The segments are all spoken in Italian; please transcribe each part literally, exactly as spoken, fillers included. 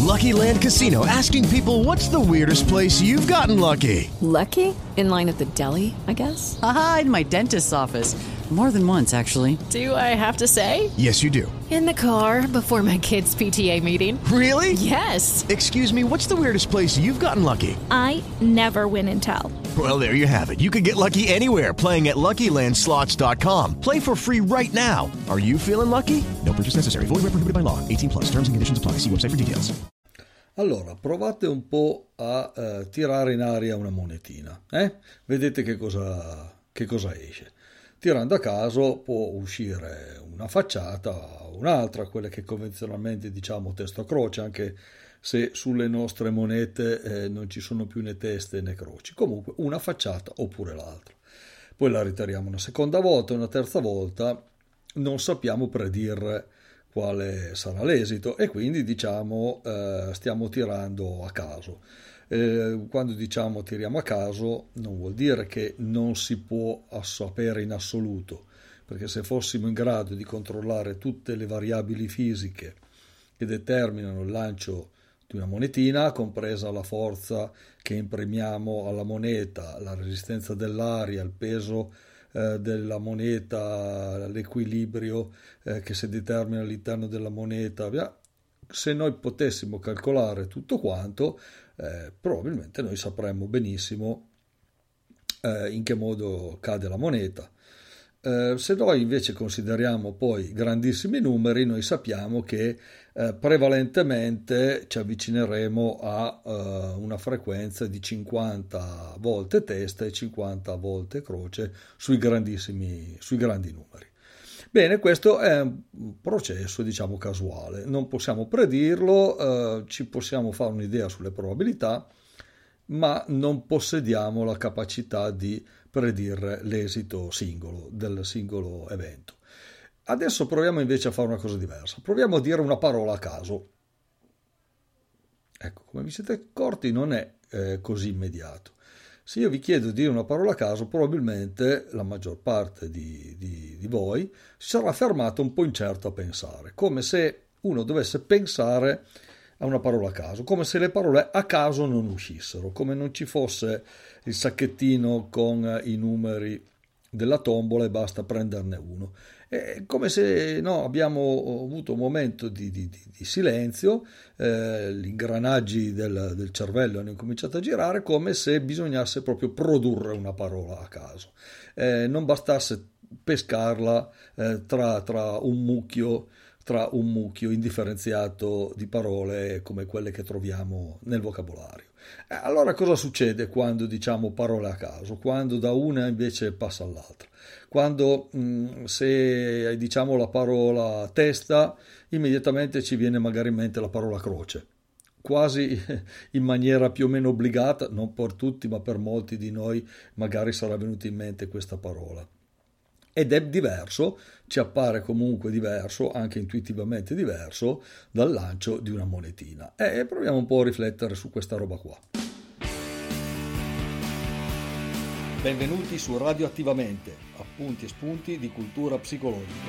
Lucky Land Casino, asking people, what's the weirdest place you've gotten lucky? Lucky? In line at the deli, I guess? Aha, in my dentist's office. More than once, actually. Do I have to say? Yes, you do. In the car before my kids' P T A meeting. Really? Yes. Excuse me, what's the weirdest place you've gotten lucky? I never win and tell. Well, there you have it. You can get lucky anywhere, playing at Lucky Land Slots dot com. Play for free right now. Are you feeling lucky? No purchase necessary. Void where prohibited by law. eighteen plus. Terms and conditions apply. See website for details. Allora, provate un po' a uh, tirare in aria una monetina. Eh? Vedete che cosa, che cosa esce. Tirando a caso può uscire una facciata o un'altra, quelle che convenzionalmente diciamo testo a croce, anche se sulle nostre monete eh, non ci sono più né teste né croci. Comunque una facciata oppure l'altra. Poi la ritiriamo una seconda volta, una terza volta, non sappiamo predire quale sarà l'esito e quindi diciamo eh, stiamo tirando a caso. Eh, quando diciamo tiriamo a caso non vuol dire che non si può sapere in assoluto, perché se fossimo in grado di controllare tutte le variabili fisiche che determinano il lancio di una monetina, compresa la forza che imprimiamo alla moneta, la resistenza dell'aria, il peso eh, della moneta, l'equilibrio eh, che si determina all'interno della moneta, via. Se noi potessimo calcolare tutto quanto, eh, probabilmente noi sapremmo benissimo eh, in che modo cade la moneta. Eh, se noi invece consideriamo poi grandissimi numeri, noi sappiamo che eh, prevalentemente ci avvicineremo a eh, una frequenza di cinquanta volte testa e cinquanta volte croce sui grandissimi, sui grandi numeri. Bene, questo è un processo, diciamo, casuale. Non possiamo predirlo, eh, ci possiamo fare un'idea sulle probabilità, ma non possediamo la capacità di predire l'esito singolo del singolo evento. Adesso proviamo invece a fare una cosa diversa. Proviamo a dire una parola a caso. Ecco, come vi siete accorti, non è eh, così immediato. Se io vi chiedo di dire una parola a caso, probabilmente la maggior parte di, di, di voi si sarà fermato un po' incerto a pensare, come se uno dovesse pensare a una parola a caso, come se le parole a caso non uscissero, come non ci fosse il sacchettino con i numeri della tombola e basta prenderne uno. È come se no, abbiamo avuto un momento di, di, di silenzio, eh, gli ingranaggi del, del cervello hanno incominciato a girare, come se bisognasse proprio produrre una parola a caso. Eh, non bastasse pescarla eh, tra, tra un mucchio tra un mucchio indifferenziato di parole come quelle che troviamo nel vocabolario. Allora cosa succede quando diciamo parole a caso? Quando da una invece passa all'altra? Quando mh, se diciamo la parola testa, immediatamente ci viene magari in mente la parola croce. Quasi in maniera più o meno obbligata, non per tutti ma per molti di noi magari sarà venuta in mente questa parola. Ed è diverso, ci appare comunque diverso, anche intuitivamente diverso, dal lancio di una monetina. E proviamo un po' a riflettere su questa roba qua. Benvenuti su Radioattivamente, appunti e spunti di cultura psicologica.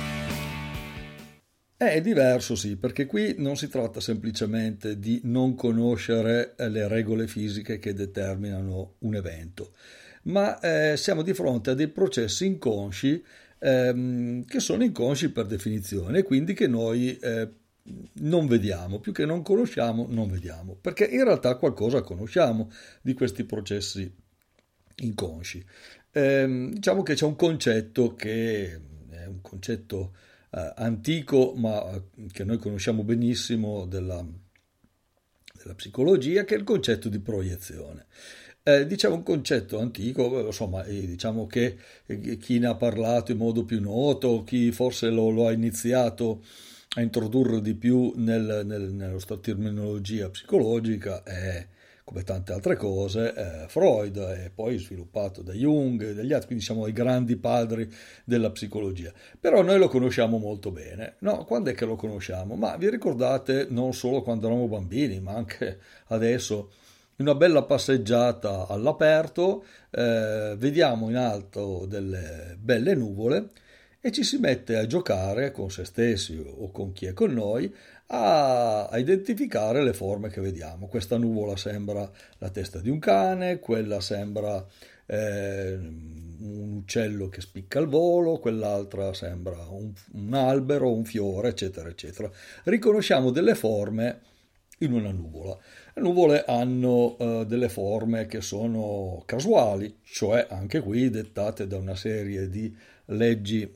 È diverso, sì, perché qui non si tratta semplicemente di non conoscere le regole fisiche che determinano un evento, ma eh, siamo di fronte a dei processi inconsci ehm, che sono inconsci per definizione, quindi che noi eh, non vediamo, più che non conosciamo, non vediamo, perché in realtà qualcosa conosciamo di questi processi inconsci. Eh, diciamo che c'è un concetto che è un concetto eh, antico, ma che noi conosciamo benissimo della, della psicologia, che è il concetto di proiezione. Eh, diciamo un concetto antico, insomma, eh, diciamo che eh, chi ne ha parlato in modo più noto, chi forse lo, lo ha iniziato a introdurre di più nel, nel, nella nostra terminologia psicologica è, come tante altre cose, eh, Freud, e poi sviluppato da Jung e dagli altri, quindi siamo i grandi padri della psicologia. Però noi lo conosciamo molto bene. No, quando è che lo conosciamo? Ma vi ricordate non solo quando eravamo bambini, ma anche adesso, una bella passeggiata all'aperto, eh, vediamo in alto delle belle nuvole e ci si mette a giocare con se stessi o con chi è con noi a, a identificare le forme che vediamo. Questa nuvola sembra la testa di un cane, quella sembra eh, un uccello che spicca al volo, quell'altra sembra un, un albero, un fiore, eccetera, eccetera. Riconosciamo delle forme in una nuvola. Le nuvole hanno eh, delle forme che sono casuali, cioè anche qui dettate da una serie di leggi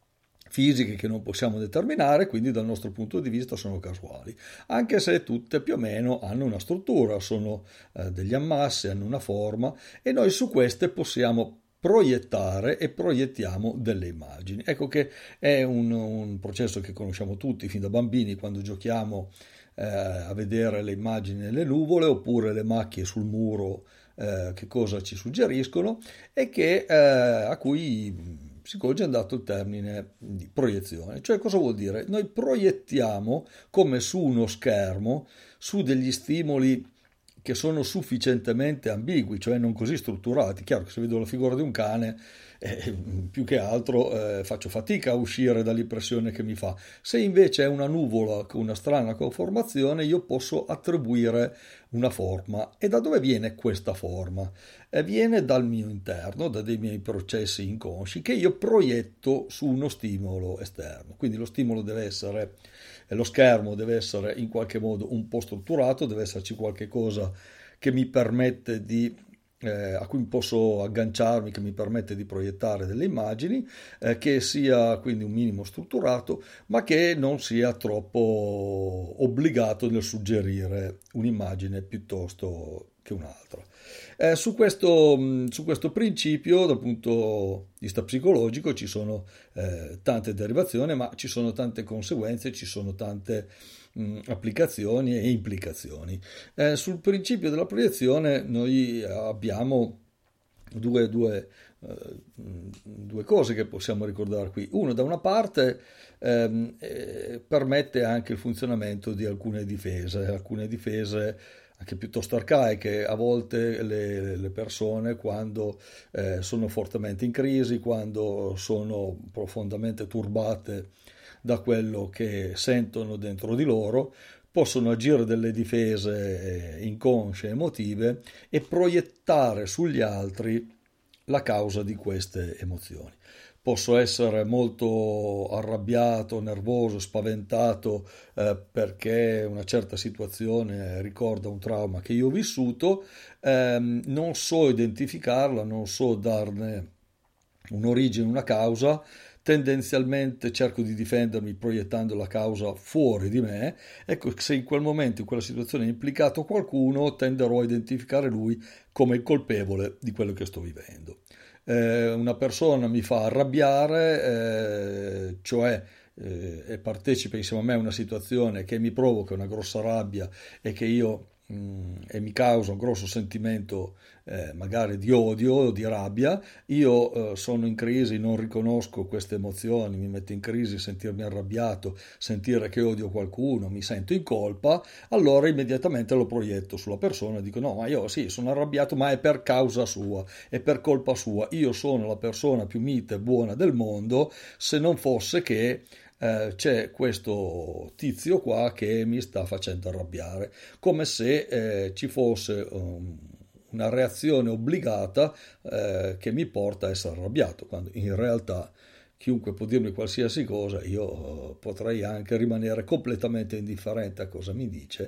fisiche che non possiamo determinare, quindi dal nostro punto di vista sono casuali, anche se tutte più o meno hanno una struttura, sono eh, degli ammassi, hanno una forma e noi su queste possiamo proiettare e proiettiamo delle immagini. Ecco che è un, un processo che conosciamo tutti fin da bambini quando giochiamo eh, a vedere le immagini nelle nuvole oppure le macchie sul muro eh, che cosa ci suggeriscono e che, eh, a cui si è dato il termine di proiezione. Cioè cosa vuol dire? Noi proiettiamo come su uno schermo su degli stimoli che sono sufficientemente ambigui, cioè non così strutturati. Chiaro che se vedo la figura di un cane, eh, più che altro eh, faccio fatica a uscire dall'impressione che mi fa. Se invece è una nuvola con una strana conformazione, io posso attribuire una forma. E da dove viene questa forma? Eh, viene dal mio interno, da dei miei processi inconsci che io proietto su uno stimolo esterno. Quindi lo stimolo deve essere lo schermo deve essere in qualche modo un po' strutturato, deve esserci qualche cosa che mi permette di, eh, a cui posso agganciarmi, che mi permette di proiettare delle immagini, eh, che sia quindi un minimo strutturato, ma che non sia troppo obbligato nel suggerire un'immagine piuttosto che un'altra. Eh, su, questo, su questo principio, dal punto di vista psicologico, ci sono eh, tante derivazioni, ma ci sono tante conseguenze, ci sono tante mh, applicazioni e implicazioni. Eh, sul principio della proiezione noi abbiamo due, due, eh, due cose che possiamo ricordare qui. Uno, da una parte, ehm, eh, permette anche il funzionamento di alcune difese, alcune difese anche piuttosto arcaiche. A volte le, le persone quando eh, sono fortemente in crisi, quando sono profondamente turbate da quello che sentono dentro di loro, possono agire delle difese inconsce, emotive e proiettare sugli altri la causa di queste emozioni. Posso essere molto arrabbiato, nervoso, spaventato eh, perché una certa situazione ricorda un trauma che io ho vissuto, ehm, non so identificarla, non so darne un'origine, una causa, tendenzialmente cerco di difendermi proiettando la causa fuori di me. Ecco, se in quel momento, in quella situazione è implicato qualcuno, tenderò a identificare lui come il colpevole di quello che sto vivendo. Eh, una persona mi fa arrabbiare, eh, cioè eh, e partecipa insieme a me a una situazione che mi provoca una grossa rabbia e che io mh, e mi causa un grosso sentimento eh, magari di odio o di rabbia. Io eh, sono in crisi, non riconosco queste emozioni, mi mette in crisi sentirmi arrabbiato, sentire che odio qualcuno, mi sento in colpa, allora immediatamente lo proietto sulla persona e dico no, ma io sì, sono arrabbiato, ma è per causa sua, è per colpa sua, io sono la persona più mite e buona del mondo, se non fosse che eh, c'è questo tizio qua che mi sta facendo arrabbiare, come se eh, ci fosse um, una reazione obbligata eh, che mi porta a essere arrabbiato, quando in realtà chiunque può dirmi qualsiasi cosa, io eh, potrei anche rimanere completamente indifferente a cosa mi dice,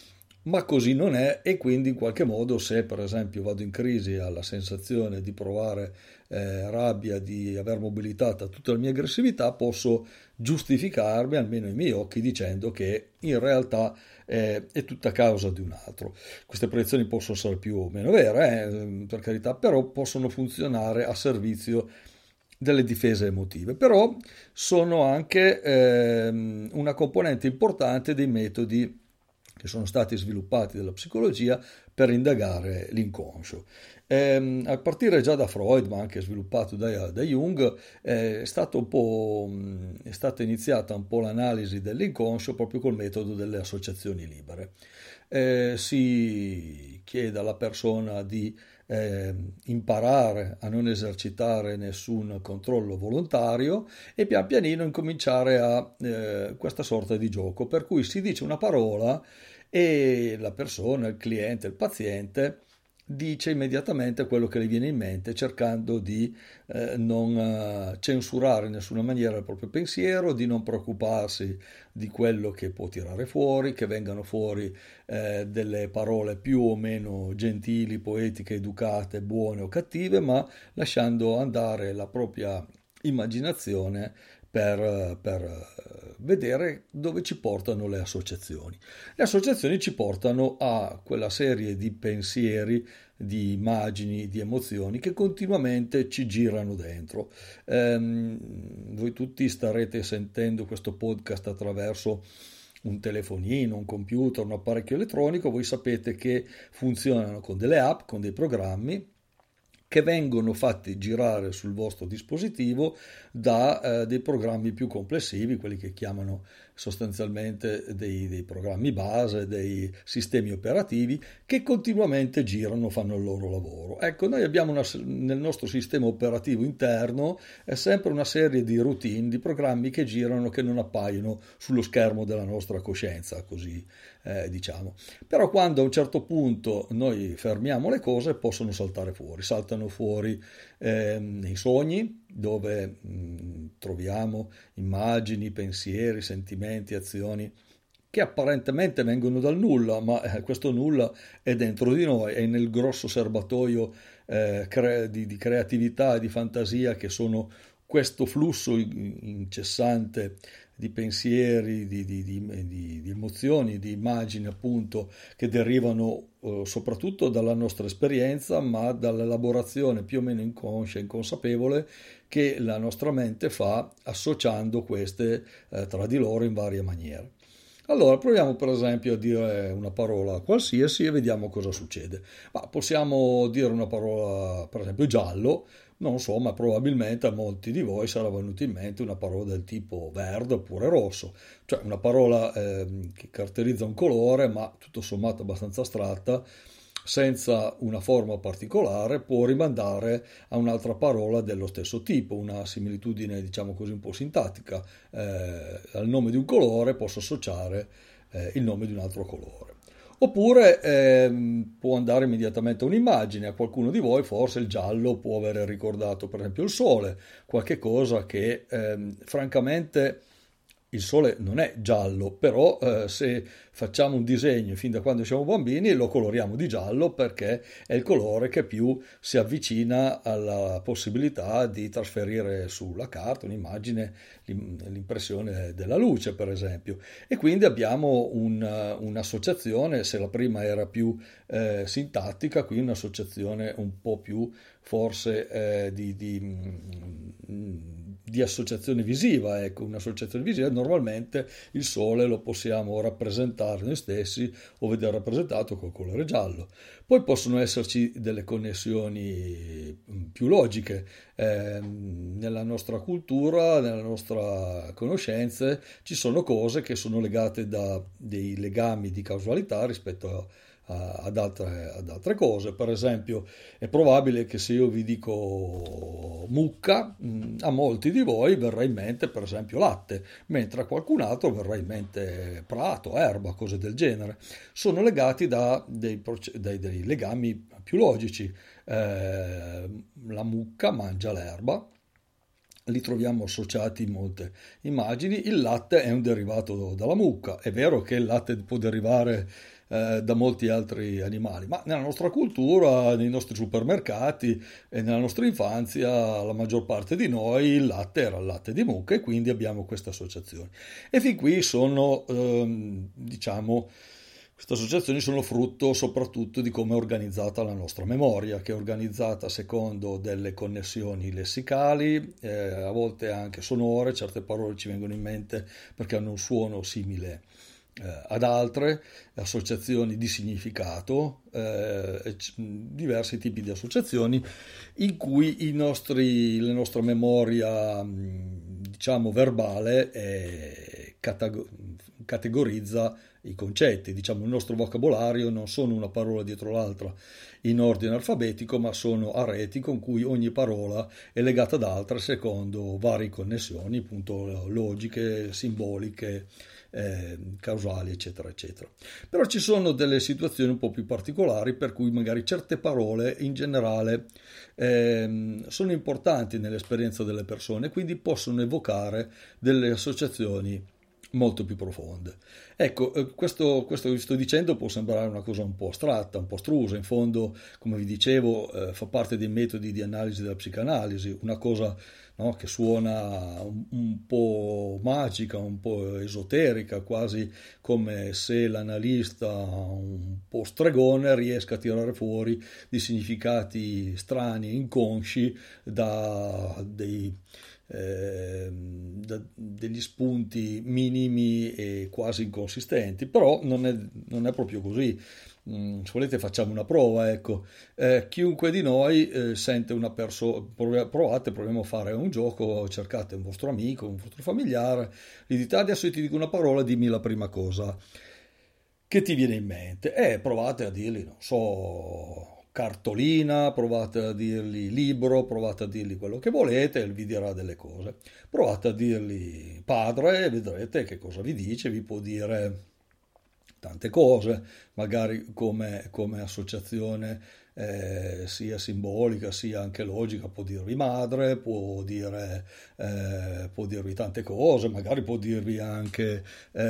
ma così non è. E quindi in qualche modo, se per esempio vado in crisi alla sensazione di provare eh, rabbia, di aver mobilitata tutta la mia aggressività, posso giustificarmi almeno ai miei occhi dicendo che in realtà eh, è tutta causa di un altro. Queste proiezioni possono essere più o meno vere, eh, per carità, però possono funzionare a servizio delle difese emotive, però sono anche eh, una componente importante dei metodi che sono stati sviluppati dalla psicologia per indagare l'inconscio. Ehm, a partire già da Freud, ma anche sviluppato da, da Jung, eh, è stato un po', mh, è stata iniziata un po' l'analisi dell'inconscio proprio col metodo delle associazioni libere. Eh, si chiede alla persona di eh, imparare a non esercitare nessun controllo volontario e pian pianino incominciare a eh, questa sorta di gioco, per cui si dice una parola e la persona, il cliente, il paziente dice immediatamente quello che le viene in mente, cercando di eh, non eh, censurare in nessuna maniera il proprio pensiero, di non preoccuparsi di quello che può tirare fuori, che vengano fuori eh, delle parole più o meno gentili, poetiche, educate, buone o cattive, ma lasciando andare la propria immaginazione per, per vedere dove ci portano le associazioni. Le associazioni ci portano a quella serie di pensieri, di immagini, di emozioni che continuamente ci girano dentro. Ehm, voi tutti starete sentendo questo podcast attraverso un telefonino, un computer, un apparecchio elettronico. Voi sapete che funzionano con delle app, con dei programmi che vengono fatti girare sul vostro dispositivo da eh, dei programmi più complessivi, quelli che chiamano sostanzialmente dei, dei programmi base, dei sistemi operativi che continuamente girano, fanno il loro lavoro. Ecco, noi abbiamo una, nel nostro sistema operativo interno è sempre una serie di routine, di programmi che girano, che non appaiono sullo schermo della nostra coscienza, così eh, diciamo. Però quando a un certo punto noi fermiamo le cose, possono saltare fuori, saltano fuori eh, nei sogni, dove mh, troviamo immagini, pensieri, sentimenti, azioni che apparentemente vengono dal nulla, ma eh, questo nulla è dentro di noi, è nel grosso serbatoio eh, cre- di, di creatività e di fantasia che sono questo flusso incessante di pensieri, di, di, di, di, di emozioni, di immagini appunto che derivano eh, soprattutto dalla nostra esperienza, ma dall'elaborazione più o meno inconscia, inconsapevole che la nostra mente fa associando queste eh, tra di loro in varie maniere. Allora, proviamo per esempio a dire una parola qualsiasi e vediamo cosa succede. Ma possiamo dire una parola, per esempio giallo, non so, ma probabilmente a molti di voi sarà venuta in mente una parola del tipo verde oppure rosso, cioè una parola eh, che caratterizza un colore, ma tutto sommato abbastanza astratta, senza una forma particolare, può rimandare a un'altra parola dello stesso tipo, una similitudine diciamo così un po' sintattica. Eh, al nome di un colore posso associare eh, il nome di un altro colore. Oppure ehm, può andare immediatamente a un'immagine. A qualcuno di voi forse il giallo può aver ricordato per esempio il sole, qualche cosa che ehm, francamente il sole non è giallo, però eh, se facciamo un disegno fin da quando siamo bambini lo coloriamo di giallo perché è il colore che più si avvicina alla possibilità di trasferire sulla carta un'immagine, l'impressione della luce per esempio, e quindi abbiamo un, un'associazione. Se la prima era più eh, sintattica, qui un'associazione un po' più forse eh, di, di, di associazione visiva. Ecco, un'associazione visiva, normalmente il sole lo possiamo rappresentare noi stessi o vedere rappresentato col colore giallo. Poi possono esserci delle connessioni più logiche. Eh, nella nostra cultura, nella nostra conoscenza ci sono cose che sono legate da dei legami di causalità rispetto a Ad altre, ad altre cose. Per esempio è probabile che se io vi dico mucca, a molti di voi verrà in mente per esempio latte, mentre a qualcun altro verrà in mente prato, erba, cose del genere. Sono legati da dei, dei, dei legami più logici. Eh, la mucca mangia l'erba, li troviamo associati in molte immagini. Il latte è un derivato dalla mucca. È vero che il latte può derivare eh, da molti altri animali, ma nella nostra cultura, nei nostri supermercati e nella nostra infanzia, la maggior parte di noi il latte era il latte di mucca e quindi abbiamo queste associazioni. E fin qui sono, ehm, diciamo, queste associazioni sono frutto soprattutto di come è organizzata la nostra memoria, che è organizzata secondo delle connessioni lessicali, eh, a volte anche sonore. Certe parole ci vengono in mente perché hanno un suono simile eh, ad altre associazioni di significato, eh, diversi tipi di associazioni in cui i nostri, la nostra memoria, diciamo, verbale eh, categ- categorizza i concetti. Diciamo, il nostro vocabolario non sono una parola dietro l'altra in ordine alfabetico, ma sono areti con cui ogni parola è legata ad altre secondo varie connessioni, appunto logiche, simboliche, eh, causali, eccetera, eccetera. Però ci sono delle situazioni un po' più particolari per cui magari certe parole in generale eh, sono importanti nell'esperienza delle persone, quindi possono evocare delle associazioni molto più profonde. Ecco, questo, questo che vi sto dicendo può sembrare una cosa un po' astratta, un po' astrusa, in fondo, come vi dicevo, eh, fa parte dei metodi di analisi della psicanalisi, una cosa, no, che suona un, un po' magica, un po' esoterica, quasi come se l'analista un po' stregone riesca a tirare fuori dei significati strani e inconsci da dei Eh, da, degli spunti minimi e quasi inconsistenti, però non è, non è proprio così. Mm, se volete facciamo una prova, ecco. Eh, chiunque di noi eh, sente una persona, provate, proviamo a fare un gioco, cercate un vostro amico, un vostro familiare, gli dite adesso io ti dico una parola, dimmi la prima cosa che ti viene in mente, e provate a dirgli, non so, cartolina, provate a dirgli libro, provate a dirgli quello che volete e vi dirà delle cose. Provate a dirgli padre e vedrete che cosa vi dice, vi può dire tante cose, magari come, come associazione eh, sia simbolica sia anche logica, può dirvi madre, può, dire, eh, può dirvi tante cose, magari può dirvi anche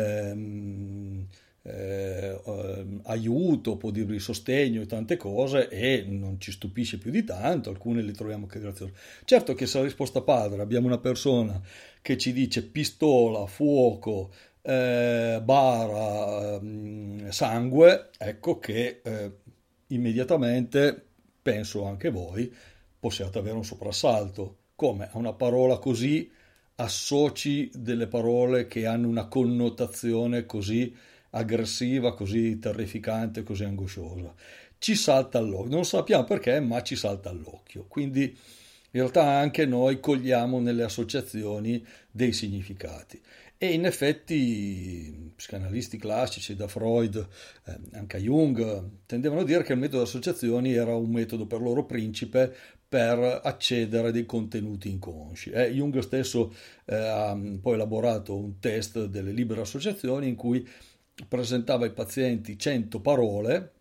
ehm, Eh, eh, aiuto, può dirvi sostegno e tante cose, e non ci stupisce più di tanto, alcune le troviamo che graziose. Certo che se la risposta padre abbiamo una persona che ci dice pistola, fuoco, eh, bara, eh, sangue, ecco che eh, immediatamente, penso anche voi, possiate avere un soprassalto. Come a una parola così associ delle parole che hanno una connotazione così aggressiva, così terrificante, così angosciosa? Ci salta all'occhio, non sappiamo perché, ma ci salta all'occhio. Quindi in realtà anche noi cogliamo nelle associazioni dei significati, e in effetti psicanalisti classici, da Freud eh, anche a Jung, tendevano a dire che il metodo di associazioni era un metodo per loro principe per accedere a dei contenuti inconsci. Eh, Jung stesso eh, ha poi elaborato un test delle libere associazioni in cui presentava ai pazienti cento parole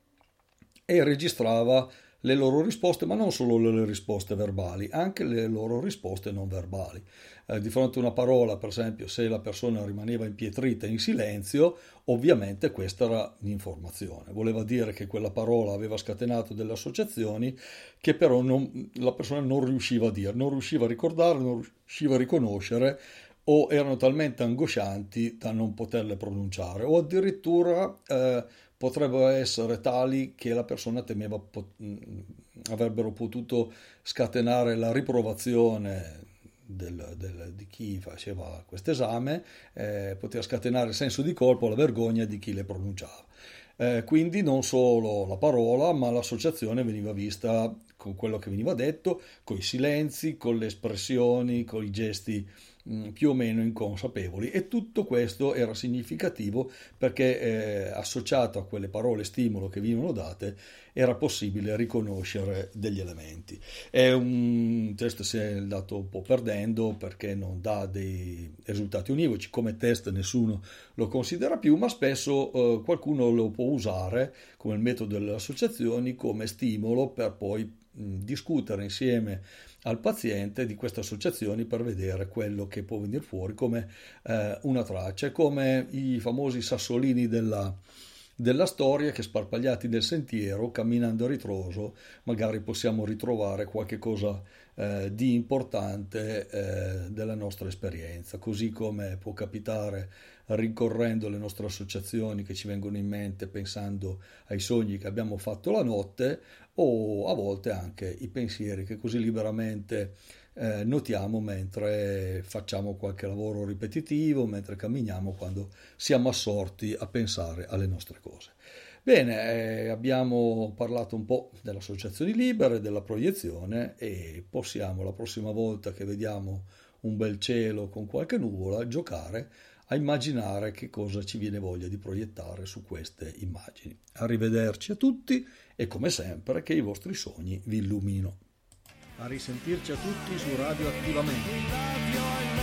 e registrava le loro risposte, ma non solo le risposte verbali, anche le loro risposte non verbali. Eh, di fronte a una parola, per esempio, se la persona rimaneva impietrita in silenzio, ovviamente questa era l'informazione. Voleva dire che quella parola aveva scatenato delle associazioni che però non, la persona non riusciva a dire, non riusciva a ricordare, non riusciva a riconoscere, o erano talmente angoscianti da non poterle pronunciare, o addirittura eh, potrebbero essere tali che la persona temeva pot- avrebbero potuto scatenare la riprovazione del, del, di chi faceva questo esame, eh, poteva scatenare il senso di colpa o la vergogna di chi le pronunciava. Eh, quindi non solo la parola, ma l'associazione veniva vista con quello che veniva detto, con i silenzi, con le espressioni, con i gesti mh, più o meno inconsapevoli, e tutto questo era significativo perché eh, associato a quelle parole stimolo che venivano date era possibile riconoscere degli elementi. È un test si è andato un po' perdendo perché non dà dei risultati univoci, come test nessuno lo considera più, ma spesso eh, qualcuno lo può usare come il metodo delle associazioni, come stimolo per poi mh, discutere insieme al paziente di queste associazioni per vedere quello che può venire fuori come eh, una traccia, come i famosi sassolini della della storia che, sparpagliati nel sentiero, camminando a ritroso, magari possiamo ritrovare qualche cosa eh, di importante eh, della nostra esperienza, così come può capitare rincorrendo le nostre associazioni che ci vengono in mente pensando ai sogni che abbiamo fatto la notte, o a volte anche i pensieri che così liberamente eh, notiamo mentre facciamo qualche lavoro ripetitivo, mentre camminiamo, quando siamo assorti a pensare alle nostre cose. Bene, eh, abbiamo parlato un po' delle associazioni libere, della proiezione, e possiamo la prossima volta che vediamo un bel cielo con qualche nuvola giocare a immaginare che cosa ci viene voglia di proiettare su queste immagini. Arrivederci a tutti e come sempre che i vostri sogni vi illuminino. A risentirci a tutti su Radio Attivamente.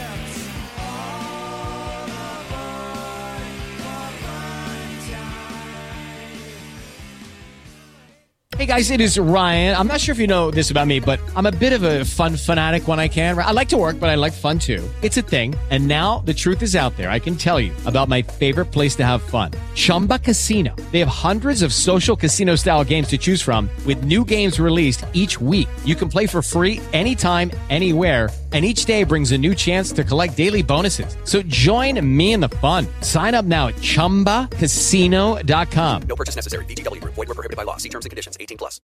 Hey guys, it is Ryan. I'm not sure if you know this about me, but I'm a bit of a fun fanatic when I can. I like to work, but I like fun too. It's a thing. And now the truth is out there. I can tell you about my favorite place to have fun. Chumba Casino. They have hundreds of social casino style games to choose from with new games released each week. You can play for free anytime, anywhere. And each day brings a new chance to collect daily bonuses. So join me in the fun. Sign up now at chumba casino dot com. No purchase necessary. V G W Group. Void where prohibited by law. See terms and conditions. eighteen plus.